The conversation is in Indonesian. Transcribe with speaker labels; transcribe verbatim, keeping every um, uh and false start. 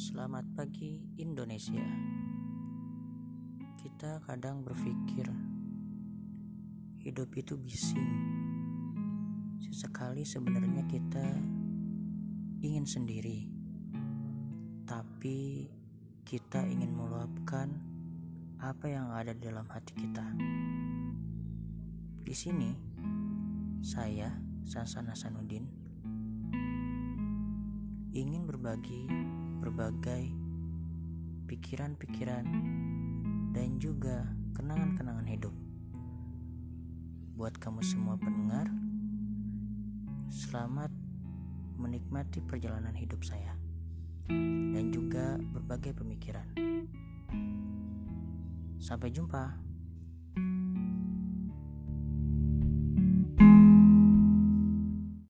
Speaker 1: Selamat pagi Indonesia. Kita kadang berpikir hidup itu bising. Sesekali sebenarnya kita ingin sendiri, tapi kita ingin meluapkan apa yang ada di dalam hati kita. Di sini saya, Sansan Hasanuddin, ingin berbagi berbagai pikiran-pikiran dan juga kenangan-kenangan hidup. Buat kamu semua pendengar, selamat menikmati perjalanan hidup saya dan juga berbagai pemikiran. Sampai jumpa.